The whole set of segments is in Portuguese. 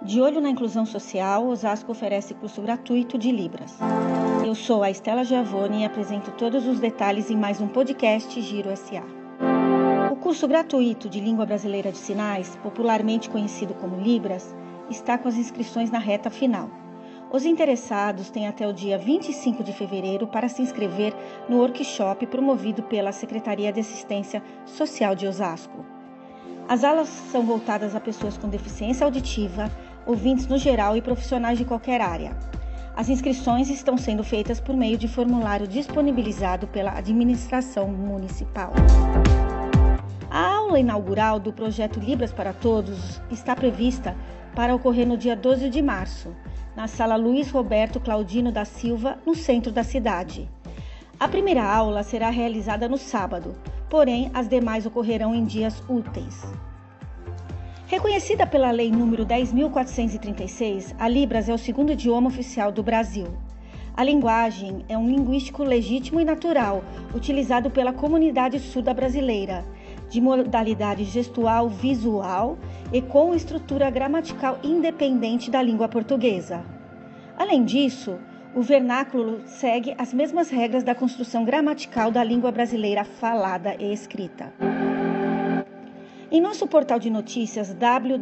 De olho na inclusão social, Osasco oferece curso gratuito de Libras. Eu sou a Estela Giavone e apresento todos os detalhes em mais um podcast Giro SA. O curso gratuito de Língua Brasileira de Sinais, popularmente conhecido como Libras, está com as inscrições na reta final. Os interessados têm até o dia 25 de fevereiro para se inscrever no workshop promovido pela Secretaria de Assistência Social de Osasco. As aulas são voltadas a pessoas com deficiência auditiva, ouvintes no geral e profissionais de qualquer área. As inscrições estão sendo feitas por meio de formulário disponibilizado pela administração municipal. A aula inaugural do projeto Libras para Todos está prevista para ocorrer no dia 12 de março, na Sala Luiz Roberto Claudino da Silva, no centro da cidade. A primeira aula será realizada no sábado, porém as demais ocorrerão em dias úteis. Reconhecida pela Lei nº 10.436, a Libras é o segundo idioma oficial do Brasil. A linguagem é um linguístico legítimo e natural, utilizado pela comunidade surda brasileira, de modalidade gestual visual e com estrutura gramatical independente da língua portuguesa. Além disso, o vernáculo segue as mesmas regras da construção gramatical da língua brasileira falada e escrita. Em nosso portal de notícias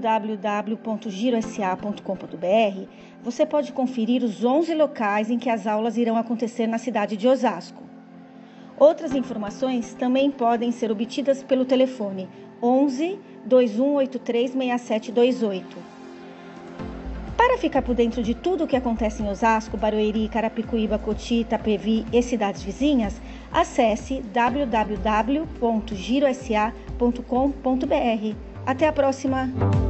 www.girosa.com.br, você pode conferir os 11 locais em que as aulas irão acontecer na cidade de Osasco. Outras informações também podem ser obtidas pelo telefone 11 2183 6728. Para ficar por dentro de tudo o que acontece em Osasco, Barueri, Carapicuíba, Coti, Itapevi e cidades vizinhas, acesse www.girosa.com.br. Até a próxima!